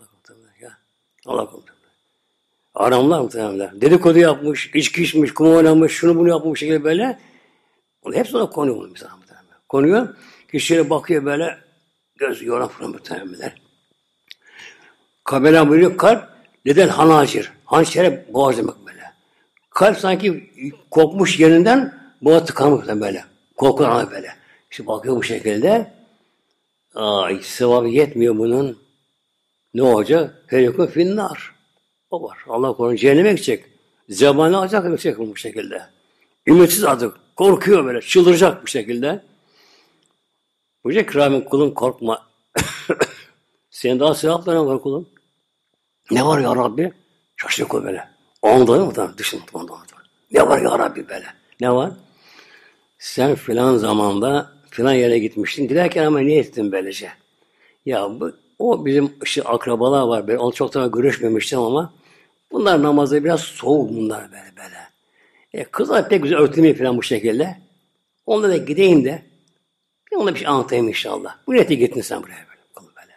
Allah korusun. Haramlar muhtemelen. Dedikodu yapmış, içki içmiş, kum oynamış, şunu bunu yapmış bir şekilde böyle. Hepsi ona konuyor bunu bize. Konuyor. Kişiye bakıyor böyle, göz yoran fırın muhtemelen. Kabelen buyuruyor, kalp neden hanacir? Hançere boğaz demek böyle. Kalp sanki kopmuş yerinden boğaz tıkanmış böyle. Korkulan böyle. İşte bakıyor bu şekilde. Sevabı yetmiyor bunun. Ne olacak? Ferikun finnar. O var. Allah korusun. Cehenneme gidecek. Zebani alacak gidecek bu şekilde. Ümitsiz artık. Korkuyor böyle. Çıldıracak bu şekilde. Buyuracak ki Rahim kulum korkma. Senin daha sevapların var kulum. Ne var ya Rabbi? Şaşırıyor kul böyle. Ondan mı? Dışında ondan. Ne var ya Rabbi böyle? Ne var? Sen filan zamanda filan yere gitmiştin. Giderken ama niye ettin böylece? Ya o bizim işte akrabalar var. Ben onu çok da görüşmemiştim ama bunlar namazda biraz soğuk bunlar böyle. Kızlar pek güzel örtülmeyi falan bu şekilde. Onlara da gideyim de ona bir şey anlatayım inşallah. Bu niyete gittin sen buraya böyle.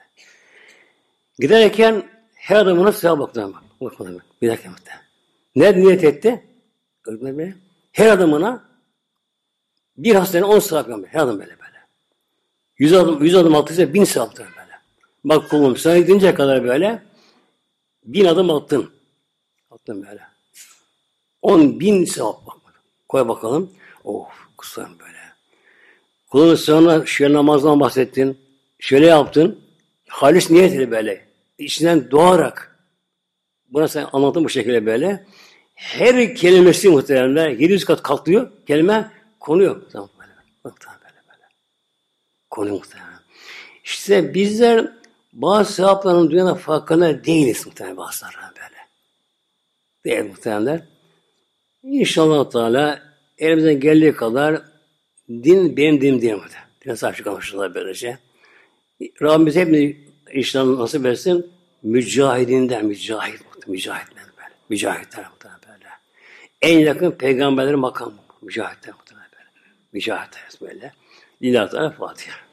Giderken her adamına sevap baktım. Bir dakika muhtemelen. Ne niyet etti? Her adamına bir hastane 10 sevap yapıyor. Her adam böyle. 100 adım attıysa 1000 sevap böyle. Bak kulum sana gidince kadar böyle 1000 adım attın. Attın böyle. 10.000 sevap bak. Koy bakalım. Kusarım böyle. Kulum sana şöyle namazdan bahsettin. Şöyle yaptın. Halis niyet ile böyle. İçinden doğarak. Buna sen anlattın bu şekilde böyle. Her kelimesi muhtemelen 700 kat katlıyor. Kelime konuyor. Tamam böyle. Konuyor muhtemelen. İşte bizler bazı sevapların dünyada farkında değiliz muhtemelen bazıları böyle. Değil muhtemelen. İnşallah Teala elimizden geldiği kadar din benim dinim diye muhtemelen. Dine sahip çıkamışlar böylece. Rabbimiz hepimiz inşallah nasip etsin. Mücahitler böyle. Mücahitler muhtemelen böyle. En yakın peygamberlerin makamı. Mücahitler muhtemelen böyle. Mücahitler böyle. Lillahi Teala Fatiha.